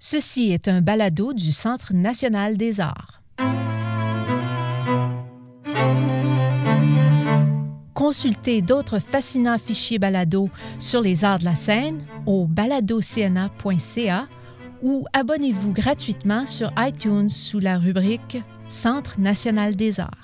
Ceci est un balado du Centre national des arts. Consultez d'autres fascinants fichiers balado sur les arts de la scène au baladocna.ca ou abonnez-vous gratuitement sur iTunes sous la rubrique Centre national des arts.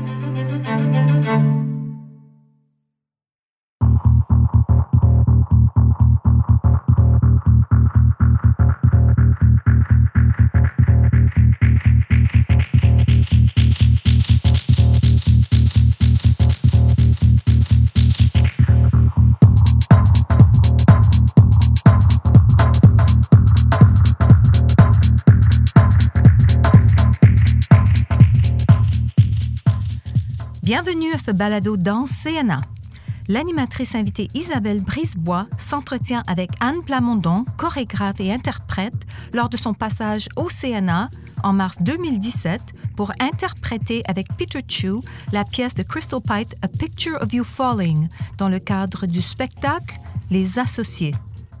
Bienvenue à ce balado dans CNA. L'animatrice invitée Isabelle Brisebois s'entretient avec Anne Plamondon, chorégraphe et interprète, lors de son passage au CNA en mars 2017 pour interpréter avec Peter Chu la pièce de Crystal Pite A Picture of You Falling dans le cadre du spectacle Les Associés.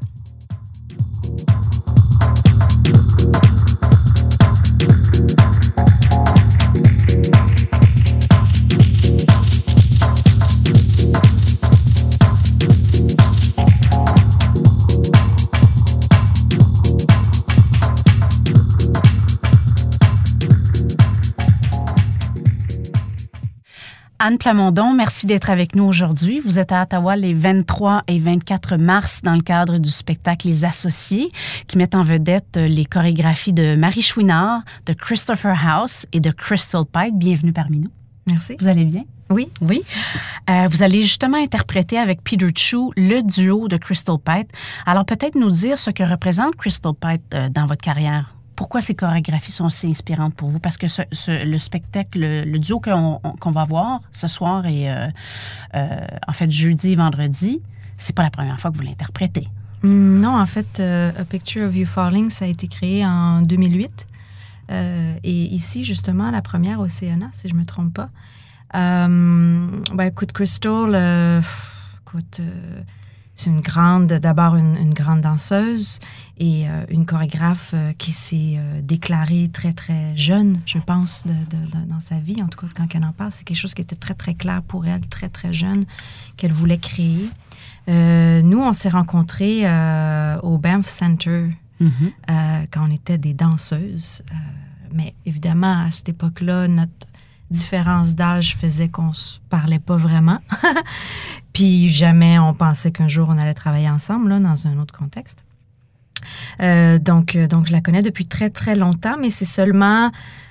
Anne Plamondon, merci d'être avec nous aujourd'hui. Vous êtes à Ottawa les 23 et 24 mars dans le cadre du spectacle Les Associés, qui met en vedette les chorégraphies de Marie Chouinard, de Christopher House et de Crystal Pite. Bienvenue parmi nous. Merci. Vous allez bien? Oui. Oui. Vous allez justement interpréter avec Peter Chu le duo de Crystal Pite. Alors peut-être nous dire ce que représente Crystal Pite dans votre carrière. Pourquoi ces chorégraphies sont si inspirantes pour vous? Parce que le spectacle, le duo qu'on va voir ce soir et en fait jeudi et vendredi, c'est pas la première fois que vous l'interprétez. Non, en fait, A Picture of You Falling, ça a été créé en 2008. Et ici, justement, la première au CNA, si je me trompe pas. Écoute, Crystal, c'est d'abord une grande danseuse et une chorégraphe qui s'est déclarée très, très jeune, je pense, dans sa vie. En tout cas, quand elle en parle, c'est quelque chose qui était très, très clair pour elle, très, très jeune, qu'elle voulait créer. Nous, on s'est rencontrés au Banff Center quand on était des danseuses. Mais évidemment, à cette époque-là, notre différence d'âge faisait qu'on se parlait pas vraiment. Puis jamais on pensait qu'un jour on allait travailler ensemble, là, dans un autre contexte. Donc je la connais depuis très, très longtemps, mais c'est seulement,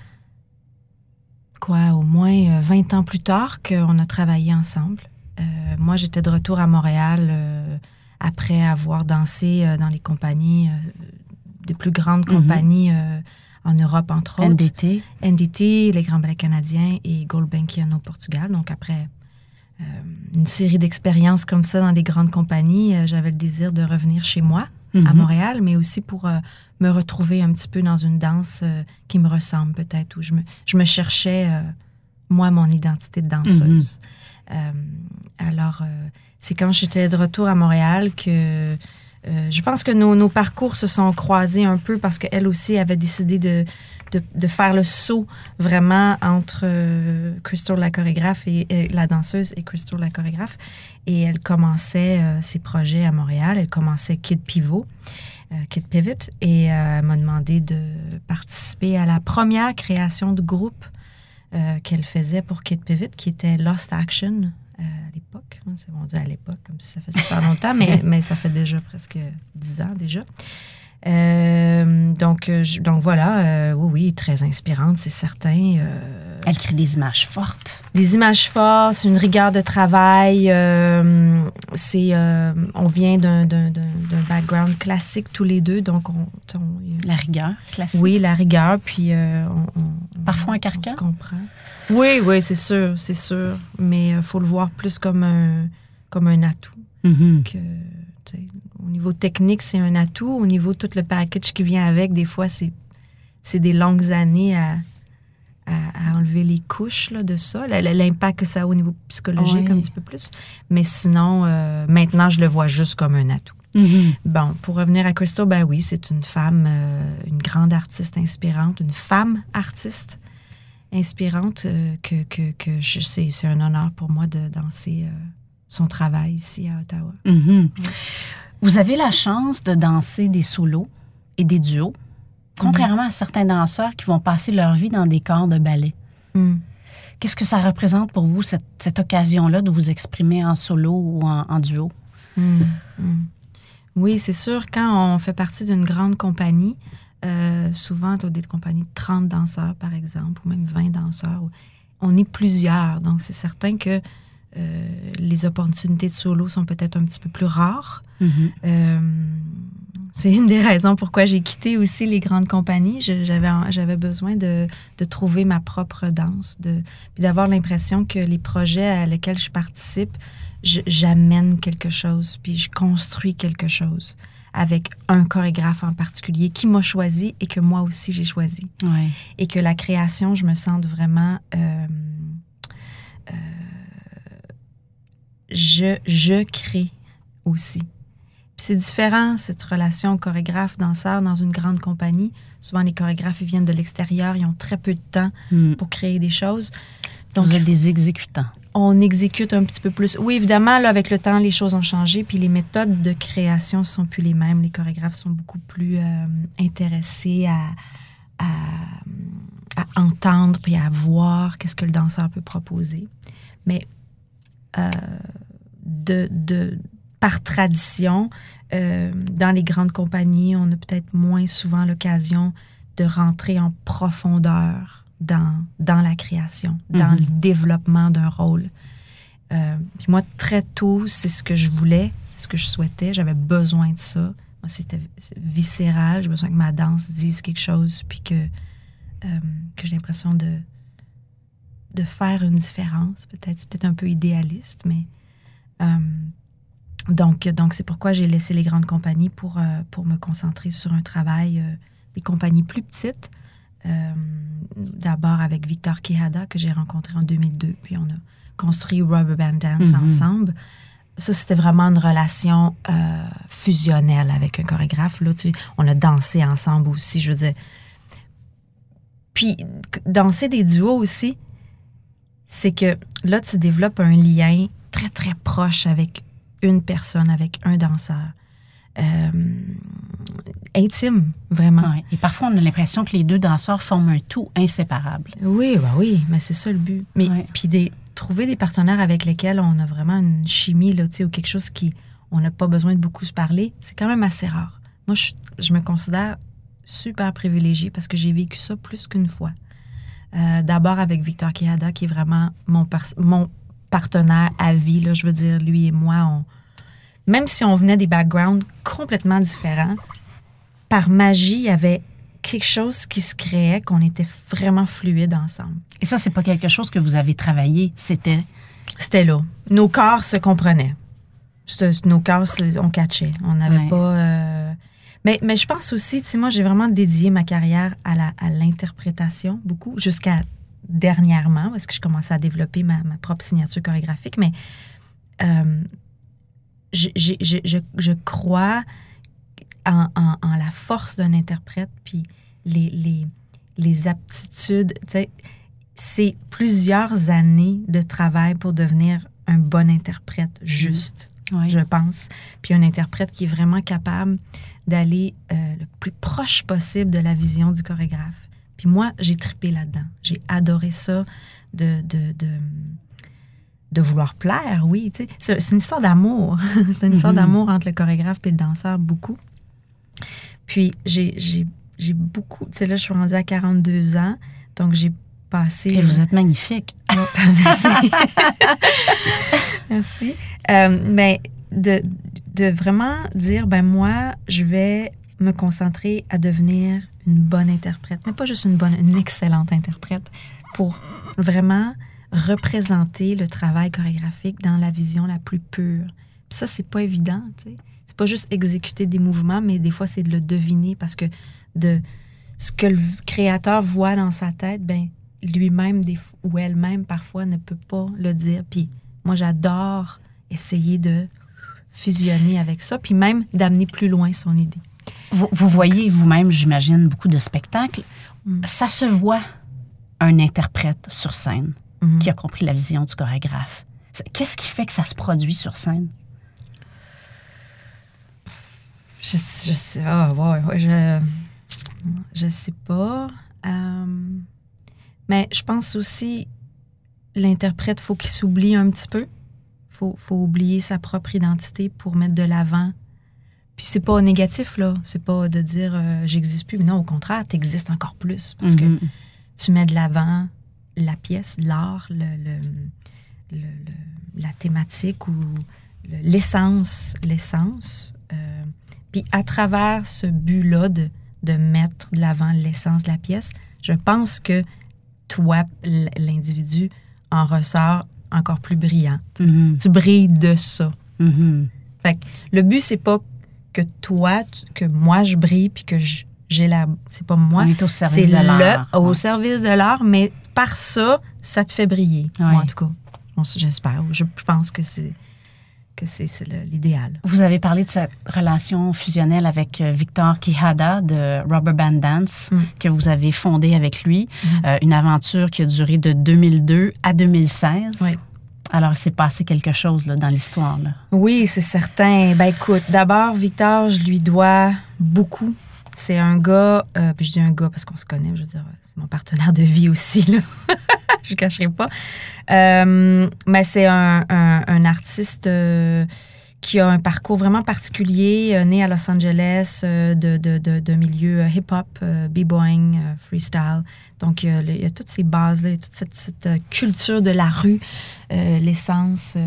au moins 20 ans plus tard qu'on a travaillé ensemble. Moi, j'étais de retour à Montréal après avoir dansé dans les compagnies, des plus grandes compagnies en Europe, entre autres. NDT, les Grands Ballets Canadiens et Gulbenkian au Portugal. Donc, après une série d'expériences comme ça dans les grandes compagnies, j'avais le désir de revenir chez moi, à Montréal, mais aussi pour me retrouver un petit peu dans une danse qui me ressemble peut-être, où je me cherchais, moi, mon identité de danseuse. Alors, c'est quand j'étais de retour à Montréal que je pense que nos parcours se sont croisés un peu parce qu'elle aussi avait décidé de faire le saut vraiment entre Crystal la chorégraphe et la danseuse et Crystal la chorégraphe. Et elle commençait ses projets à Montréal. Elle commençait Kid Pivot. Et elle m'a demandé de participer à la première création de groupe qu'elle faisait pour Kid Pivot, qui était Lost Action. À l'époque, c'est bon dire à l'époque, comme si ça fait super longtemps, mais ça fait déjà presque 10 ans déjà. Donc voilà, oui, très inspirante, c'est certain. Elle crée des images fortes. Des images fortes, une rigueur de travail. On vient d'un background classique tous les deux, donc la rigueur classique. Oui, la rigueur, puis parfois un carcan. On se comprend. Oui, c'est sûr. Mais il faut le voir plus comme un atout. Au niveau technique, c'est un atout. Au niveau tout le package qui vient avec, des fois, c'est des longues années à enlever les couches là, de ça. L'impact que ça a au niveau psychologique un petit peu plus. Mais sinon, maintenant, je le vois juste comme un atout. Bon, pour revenir à Crystal, ben oui, c'est une femme, une grande artiste inspirante, une femme artiste inspirante c'est un honneur pour moi de danser son travail ici à Ottawa. Vous avez la chance de danser des solos et des duos, contrairement à certains danseurs qui vont passer leur vie dans des corps de ballet. Qu'est-ce que ça représente pour vous, cette occasion-là de vous exprimer en solo ou en duo? Oui, c'est sûr, quand on fait partie d'une grande compagnie, souvent, tu as des compagnies de 30 danseurs, par exemple, ou même 20 danseurs, on est plusieurs. Donc, c'est certain que les opportunités de solo sont peut-être un petit peu plus rares. C'est une des raisons pourquoi j'ai quitté aussi les grandes compagnies. J'avais besoin de trouver ma propre danse, puis d'avoir l'impression que les projets à lesquels je participe, j'amène quelque chose, puis je construis quelque chose avec un chorégraphe en particulier qui m'a choisi et que moi aussi j'ai choisi. Ouais. Et que la création, je me sente vraiment... je crée aussi. Puis c'est différent, cette relation chorégraphe-danseur dans une grande compagnie. Souvent, les chorégraphes, ils viennent de l'extérieur, ils ont très peu de temps pour créer des choses. Donc, vous êtes des exécutants. On exécute un petit peu plus. Oui, évidemment, là, avec le temps, les choses ont changé, puis les méthodes de création ne sont plus les mêmes. Les chorégraphes sont beaucoup plus intéressés à entendre puis à voir qu'est-ce que le danseur peut proposer. Mais par tradition, dans les grandes compagnies, on a peut-être moins souvent l'occasion de rentrer en profondeur dans la création, dans le développement d'un rôle. Puis moi, très tôt, c'est ce que je voulais, c'est ce que je souhaitais. J'avais besoin de ça. Moi, c'était viscéral. J'ai besoin que ma danse dise quelque chose, puis que j'ai l'impression de faire une différence. C'est peut-être un peu idéaliste, mais... Donc, c'est pourquoi j'ai laissé les grandes compagnies pour me concentrer sur un travail des compagnies plus petites. D'abord avec Victor Quijada, que j'ai rencontré en 2002, puis on a construit Rubber Band Dance ensemble. Ça, c'était vraiment une relation fusionnelle avec un chorégraphe. Là, tu sais, on a dansé ensemble aussi, je veux dire. Puis, danser des duos aussi, c'est que là, tu développes un lien très, très proche avec une personne, avec un danseur. Intime, vraiment. Ouais. Et parfois, on a l'impression que les deux danseurs forment un tout inséparable. Oui, mais c'est ça le but. Mais puis trouver des partenaires avec lesquels on a vraiment une chimie, là, tu sais, ou quelque chose on n'a pas besoin de beaucoup se parler, c'est quand même assez rare. Moi, je me considère super privilégiée parce que j'ai vécu ça plus qu'une fois. D'abord avec Victor Quijada, qui est vraiment mon partenaire à vie, là, je veux dire, lui et moi, même si on venait des backgrounds complètement différents, par magie, il y avait quelque chose qui se créait, qu'on était vraiment fluides ensemble. Et ça, c'est pas quelque chose que vous avez travaillé, c'était là. Nos corps se comprenaient. Nos corps, on catchait. On n'avait pas... Mais je pense aussi, tu sais, moi, j'ai vraiment dédié ma carrière à l'interprétation, beaucoup, jusqu'à dernièrement, parce que je commençais à développer ma propre signature chorégraphique, mais je crois en la force d'un interprète, puis les aptitudes. Tu sais, c'est plusieurs années de travail pour devenir un bon interprète juste, je pense. Puis un interprète qui est vraiment capable d'aller le plus proche possible de la vision du chorégraphe. Puis moi, j'ai trippé là-dedans. J'ai adoré ça, de vouloir plaire, oui. Tu sais, c'est une histoire d'amour. C'est une histoire d'amour entre le chorégraphe et le danseur, beaucoup. Puis j'ai beaucoup... Tu sais, là, je suis rendue à 42 ans, donc j'ai passé... Et vous êtes magnifique. Merci. Merci. Mais de vraiment dire, moi, je vais me concentrer à devenir une bonne interprète, mais pas juste une excellente interprète, pour vraiment représenter le travail chorégraphique dans la vision la plus pure. Puis ça, c'est pas évident, tu sais. C'est pas juste exécuter des mouvements, mais des fois, c'est de le deviner, parce que de ce que le créateur voit dans sa tête, lui-même ou elle-même, parfois, ne peut pas le dire. Puis moi, j'adore essayer de fusionner avec ça, puis même d'amener plus loin son idée. Vous voyez vous-même, j'imagine, beaucoup de spectacles. Ça se voit un interprète sur scène qui a compris la vision du chorégraphe. Qu'est-ce qui fait que ça se produit sur scène? Je sais, je sais pas. Mais je pense aussi, l'interprète, faut qu'il s'oublie un petit peu. Faut oublier sa propre identité pour mettre de l'avant. Puis c'est pas négatif, là. C'est pas de dire j'existe plus. Mais non, au contraire, t'existes encore plus. Parce que tu mets de l'avant la pièce, l'art, la thématique ou l'essence. Puis à travers ce but-là de mettre de l'avant l'essence de la pièce, je pense que toi, l'individu, en ressort encore plus brillant. Tu brilles de ça. Fait que le but, c'est pas que toi, que moi, je brille puis que j'ai la... C'est pas moi. On est au service de l'art. Au service de l'art, mais par ça, ça te fait briller. Ouais. Moi, en tout cas, j'espère. Je pense que c'est l'idéal. Vous avez parlé de cette relation fusionnelle avec Victor Quijada de Rubber Band Dance que vous avez fondée avec lui. Une aventure qui a duré de 2002 à 2016. Oui. Alors, il s'est passé quelque chose là, dans l'histoire. Là. Oui, c'est certain. Ben écoute, d'abord, Victor, je lui dois beaucoup. C'est un gars, puis je dis un gars parce qu'on se connaît, je veux dire, c'est mon partenaire de vie aussi, là. Je ne cacherai pas. Mais c'est un artiste qui a un parcours vraiment particulier, né à Los Angeles, de milieu hip-hop, b-boying, freestyle. Donc, il y a toutes ces bases-là, il y a toute cette culture de la rue, l'essence.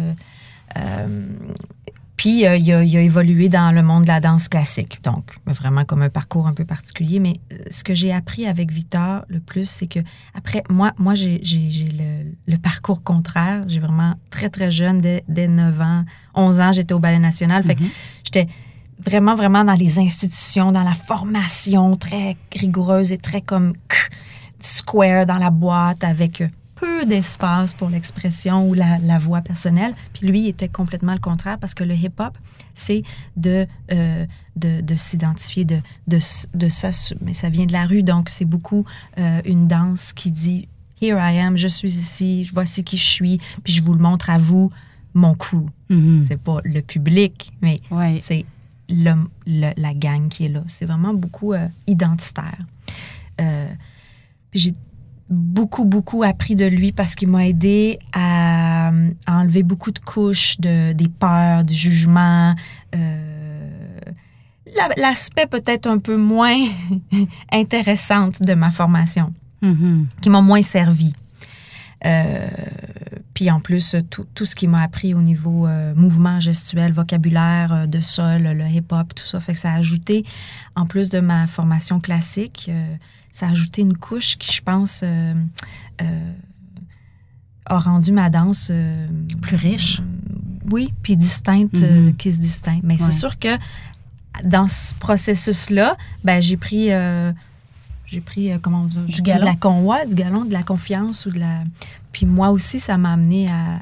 Puis, il a évolué dans le monde de la danse classique. Donc, vraiment comme un parcours un peu particulier. Mais ce que j'ai appris avec Victor le plus, c'est que après, moi j'ai le parcours contraire. J'ai vraiment très, très jeune, dès 9 ans, 11 ans, j'étais au Ballet National. Fait que j'étais vraiment, vraiment dans les institutions, dans la formation très rigoureuse et très comme square dans la boîte avec peu d'espace pour l'expression ou la voix personnelle. Puis lui, il était complètement le contraire parce que le hip-hop, c'est de s'identifier, de s'assumer. Mais ça vient de la rue, donc c'est beaucoup une danse qui dit « Here I am, je suis ici, voici qui je suis, puis je vous le montre à vous, mon crew. » C'est pas le public, mais c'est la gang qui est là. C'est vraiment beaucoup identitaire. Puis j'ai beaucoup appris de lui parce qu'il m'a aidé à enlever beaucoup de couches des peurs, du jugement, l'aspect peut-être un peu moins intéressante de ma formation, qui m'a moins servi. Puis en plus, tout ce qui m'a appris au niveau mouvement gestuel, vocabulaire, de sol, le hip-hop, tout ça, fait que ça a ajouté, en plus de ma formation classique, ça a ajouté une couche qui, je pense, a rendu ma danse... plus riche. Oui, puis distincte, qui se distingue. Mais c'est sûr que dans ce processus-là, ben, j'ai pris comment on dit, du galon. Du galon, de la confiance ou de la... Puis moi aussi, ça m'a amené à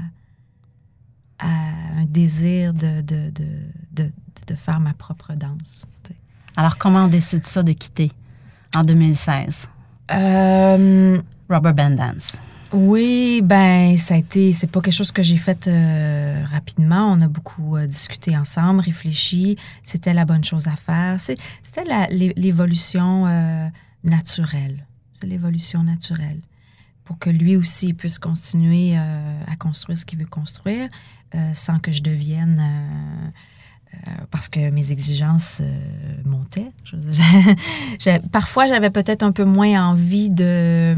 un désir de faire ma propre danse. T'sais. Alors, comment on décide ça de quitter en 2016? Rubber Band Dance. Oui, ben ça a été... C'est pas quelque chose que j'ai fait rapidement. On a beaucoup discuté ensemble, réfléchi. C'était la bonne chose à faire. C'était l'évolution naturelle. C'est l'évolution naturelle. Pour que lui aussi puisse continuer à construire ce qu'il veut construire sans que je devienne... parce que mes exigences montaient. Parfois, j'avais peut-être un peu moins envie de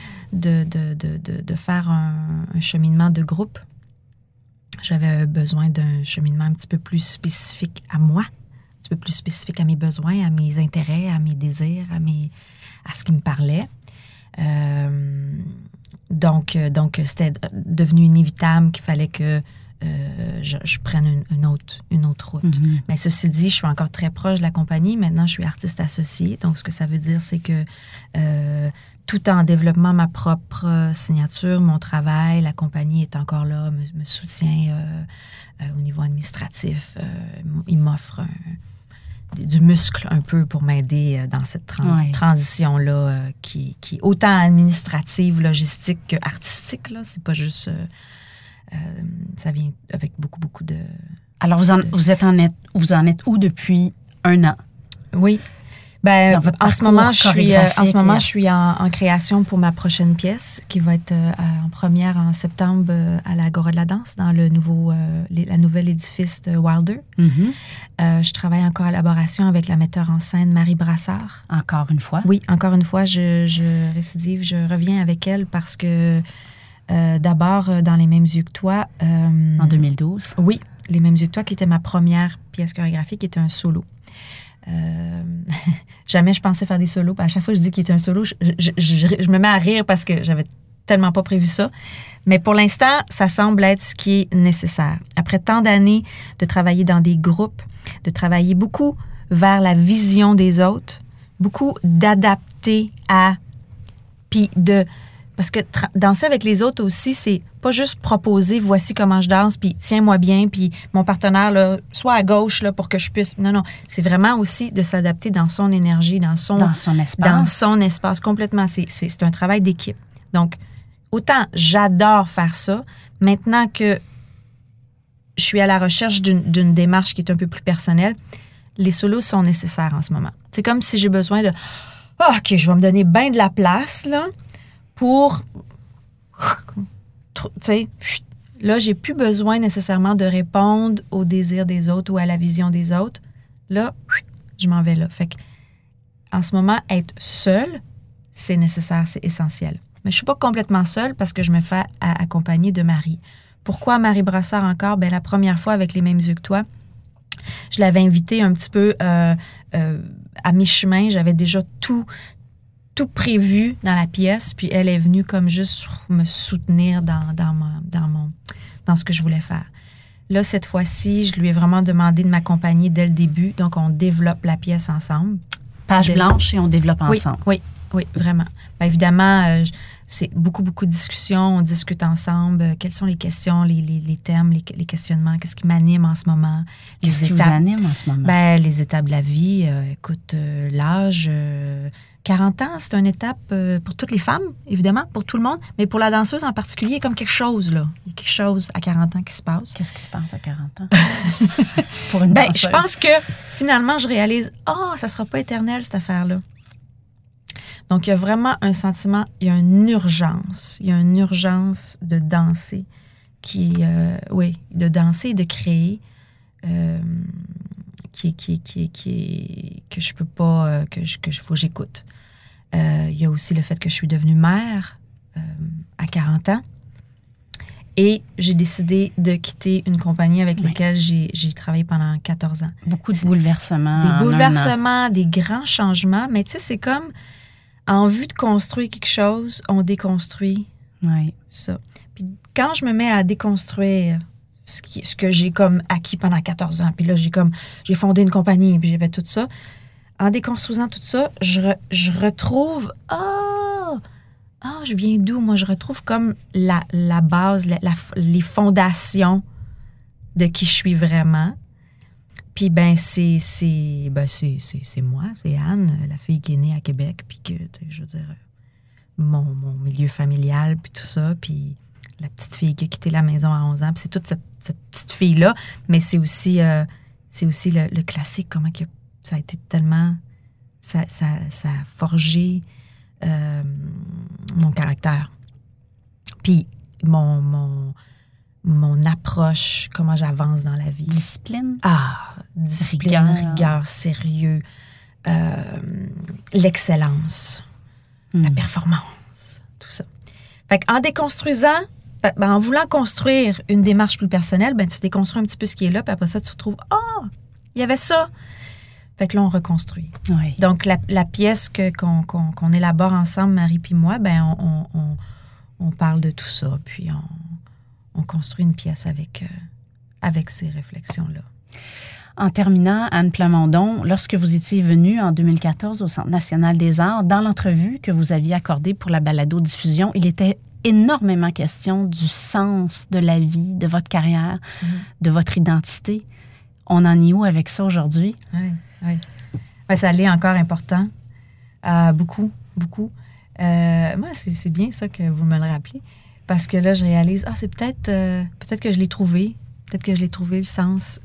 faire un cheminement de groupe. J'avais besoin d'un cheminement un petit peu plus spécifique à moi, un petit peu plus spécifique à mes besoins, à mes intérêts, à mes désirs, à ce qui me parlait. Donc, c'était devenu inévitable qu'il fallait que je prenne une autre route. Mm-hmm. Mais ceci dit, je suis encore très proche de la compagnie. Maintenant, je suis artiste associée. Donc, ce que ça veut dire, c'est que tout en développant ma propre signature, mon travail, la compagnie est encore là, me soutient au niveau administratif. Il m'offre du muscle un peu pour m'aider dans cette transition-là qui est autant administrative, logistique qu'artistique. Là. C'est pas juste... ça vient avec beaucoup de... Alors, vous en êtes où depuis 1 an? Oui. Ben, en ce moment, je suis en création pour ma prochaine pièce qui va être en première en septembre à l'Agora de la danse dans la nouvelle édifice de Wilder. Mm-hmm. Je travaille en collaboration avec la metteur en scène Marie Brassard. Encore une fois? Oui, encore une fois, je récidive, je reviens avec elle parce que d'abord, dans Les mêmes yeux que toi... en 2012? Oui, Les mêmes yeux que toi, qui était ma première pièce chorégraphique, qui était un solo. Jamais je pensais faire des solos. À chaque fois que je dis qu'il était un solo, je me mets à rire parce que j'avais tellement pas prévu ça. Mais pour l'instant, ça semble être ce qui est nécessaire. Après tant d'années de travailler dans des groupes, de travailler beaucoup vers la vision des autres, beaucoup d'adapter à... Puis de... Parce que danser avec les autres aussi, c'est pas juste proposer, voici comment je danse, puis tiens-moi bien, puis mon partenaire, là, soit à gauche là, pour que je puisse... Non, c'est vraiment aussi de s'adapter dans son énergie, dans son espace. Dans son espace, complètement. C'est un travail d'équipe. Donc, autant j'adore faire ça, maintenant que je suis à la recherche d'une démarche qui est un peu plus personnelle, les solos sont nécessaires en ce moment. C'est comme si j'ai besoin de... OK, je vais me donner bien de la place, là, pour, tu sais, là, j'ai plus besoin nécessairement de répondre aux désirs des autres ou à la vision des autres. Là, je m'en vais là. Fait que, en ce moment, être seule, c'est nécessaire, c'est essentiel. Mais je suis pas complètement seule parce que je me fais accompagner de Marie. Pourquoi Marie Brassard encore? Ben, la première fois avec Les mêmes yeux que toi, je l'avais invitée un petit peu à mi-chemin. J'avais déjà tout prévu dans la pièce, puis elle est venue comme juste me soutenir dans ce que je voulais faire. Là, cette fois-ci, je lui ai vraiment demandé de m'accompagner dès le début, donc on développe la pièce ensemble. Page blanche et on développe ensemble. Oui, vraiment. Bien, évidemment, c'est beaucoup de discussions, on discute ensemble. Quelles sont les questions, les thèmes, les questionnements, qu'est-ce qui m'anime en ce moment? Qu'est-ce qui vous anime en ce moment? Ben, les étapes de la vie, écoute, l'âge... 40 ans, c'est une étape pour toutes les femmes, évidemment, pour tout le monde, mais pour la danseuse en particulier, il y a comme quelque chose, là. Il y a quelque chose à 40 ans qui se passe. Qu'est-ce qui se passe à 40 ans? Pour une danseuse? Je pense que, finalement, je réalise, ça sera pas éternel, cette affaire-là. Donc, il y a vraiment un sentiment, il y a une urgence. Il y a une urgence de danser, de danser et de créer, que je peux pas, que faut que j'écoute. Il y a aussi le fait que je suis devenue mère à 40 ans et j'ai décidé de quitter une compagnie avec laquelle j'ai travaillé pendant 14 ans. Beaucoup de bouleversements. Des bouleversements, des grands changements, mais tu sais, c'est comme en vue de construire quelque chose, on déconstruit ça. Puis quand je me mets à déconstruire ce que j'ai comme acquis pendant 14 ans. Puis là, j'ai fondé une compagnie, puis j'ai fait tout ça. En déconstruisant tout ça, je retrouve... je viens d'où? Moi, je retrouve comme la base, les fondations de qui je suis vraiment. Puis, c'est moi, c'est Anne, la fille qui est née à Québec, puis que, je veux dire, mon milieu familial, puis tout ça, puis... la petite fille qui a quitté la maison à 11 ans. Puis c'est toute cette petite fille-là, mais c'est aussi le classique, comment que ça a été tellement... Ça a forgé mon caractère. Puis mon approche, comment j'avance dans la vie. Discipline? Discipline, rigueur, sérieux, l'excellence, la performance, tout ça. Fait qu'en déconstruisant... en voulant construire une démarche plus personnelle, tu déconstruis un petit peu ce qui est là, puis après ça, tu te retrouves, il y avait ça. Fait que là, on reconstruit. Oui. Donc, la pièce qu'on élabore ensemble, Marie puis moi, on parle de tout ça, puis on construit une pièce avec avec ces réflexions-là. En terminant, Anne Plamondon, lorsque vous étiez venue en 2014 au Centre national des arts, dans l'entrevue que vous aviez accordée pour la balado-diffusion, il était énormément question du sens de la vie, de votre carrière, de votre identité. On en est où avec ça aujourd'hui? Oui. Ouais, ça l'est encore important. Beaucoup. Moi, c'est bien ça que vous me le rappelez. Parce que là, je réalise, c'est peut-être que je l'ai trouvé. Peut-être que je l'ai trouvé le sens.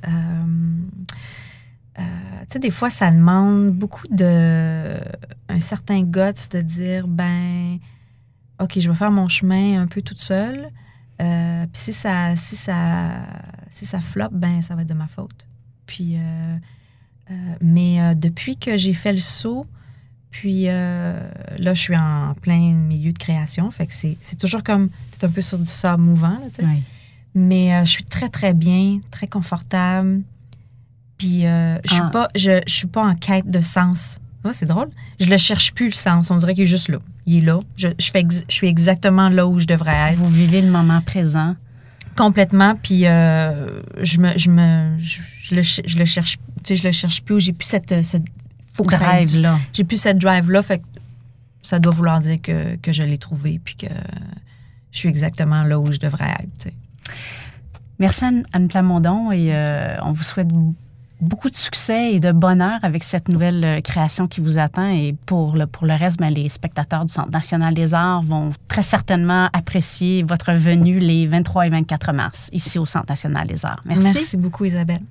Tu sais, des fois, ça demande beaucoup un certain guts de dire, OK, je vais faire mon chemin un peu toute seule. Puis si ça floppe, ça va être de ma faute. Puis, mais depuis que j'ai fait le saut, puis là, je suis en plein milieu de création. Fait que c'est toujours comme, t'es un peu sur du sable mouvant, là, tu sais. Oui. Mais je suis très, très bien, très confortable. Puis je suis pas en quête de sens. Ouais, c'est drôle. Je le cherche plus, le sens. On dirait qu'il est juste là. Il est là. Je suis exactement là où je devrais être. Vous vivez le moment présent. Complètement. Puis je le cherche. Tu sais, je le cherche plus. J'ai plus cette drive-là. J'ai plus cette drive-là. Fait que ça doit vouloir dire que je l'ai trouvé puis que je suis exactement là où je devrais être. Tu sais. Merci Anne Plamondon et on vous souhaite beaucoup de succès et de bonheur avec cette nouvelle création qui vous attend. Et pour le reste, les spectateurs du Centre national des arts vont très certainement apprécier votre venue les 23 et 24 mars ici au Centre national des arts. Merci. Merci beaucoup, Isabelle.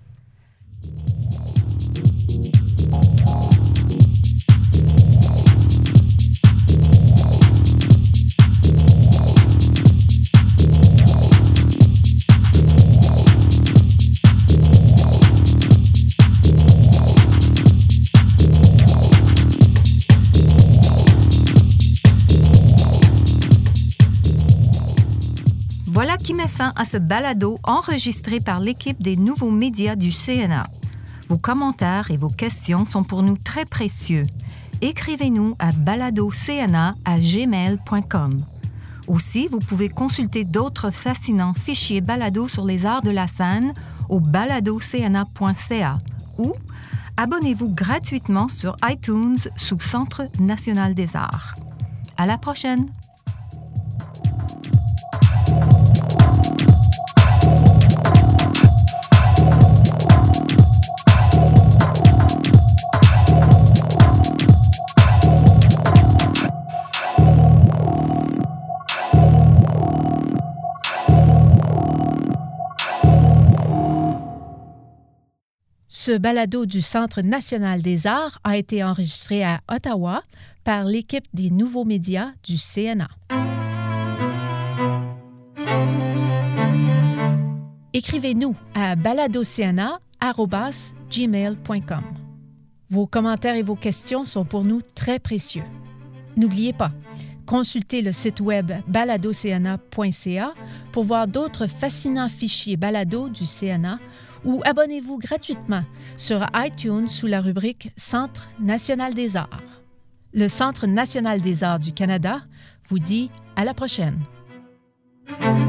Voilà qui met fin à ce balado enregistré par l'équipe des nouveaux médias du CNA. Vos commentaires et vos questions sont pour nous très précieux. Écrivez-nous à baladocna@gmail.com. Aussi, vous pouvez consulter d'autres fascinants fichiers balado sur les arts de la scène au baladocna.ca ou abonnez-vous gratuitement sur iTunes sous Centre national des arts. À la prochaine! Ce balado du Centre national des arts a été enregistré à Ottawa par l'équipe des nouveaux médias du CNA. Écrivez-nous à baladocna@gmail.com. Vos commentaires et vos questions sont pour nous très précieux. N'oubliez pas, consultez le site web baladocna.ca pour voir d'autres fascinants fichiers balado du CNA ou abonnez-vous gratuitement sur iTunes sous la rubrique Centre national des arts. Le Centre national des arts du Canada vous dit à la prochaine.